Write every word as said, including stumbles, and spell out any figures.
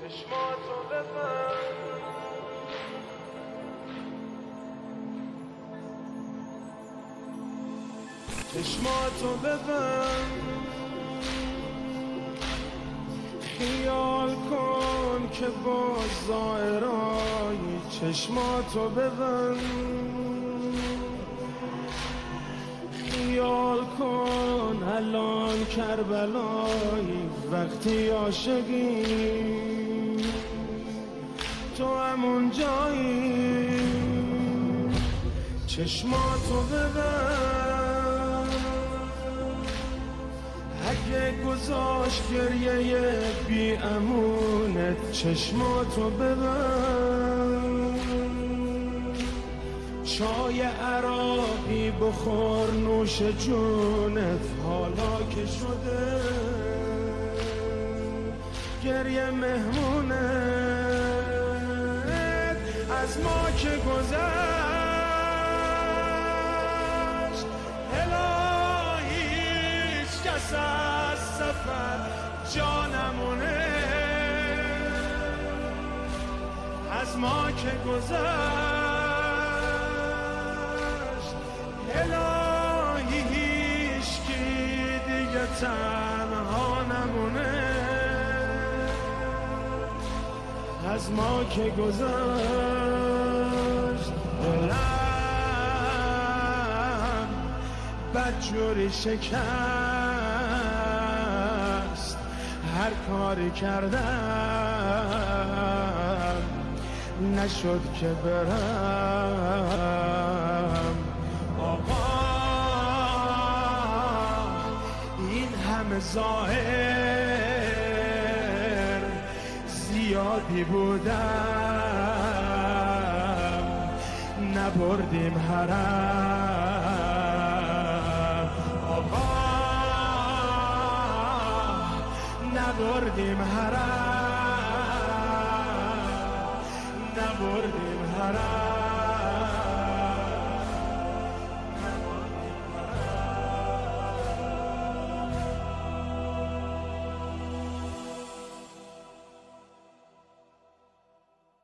چشماتو ببند چشماتو ببند خیال کن که با ظاهرای چشماتو ببند خیال کن الان کربلایی وقتی عاشقی تو همون جایی چشماتو ببند اگه گذاشت گریه بی امونت چشماتو ببند چای عراقی بخور نوش جونت حالا که شده گریه مهمونت از ما که گذشت الهی هیچ کس از سفر جانمونه از ما که گذشت الهی هیچکی دیگه تنها نمونه از ما که گذشت دلم بدجوری شکست هر کاری کردم نشد که برم آقا این همه ظاهر زیادی بودم نبردیم حرم آقا نبردیم حرم نبردیم حرم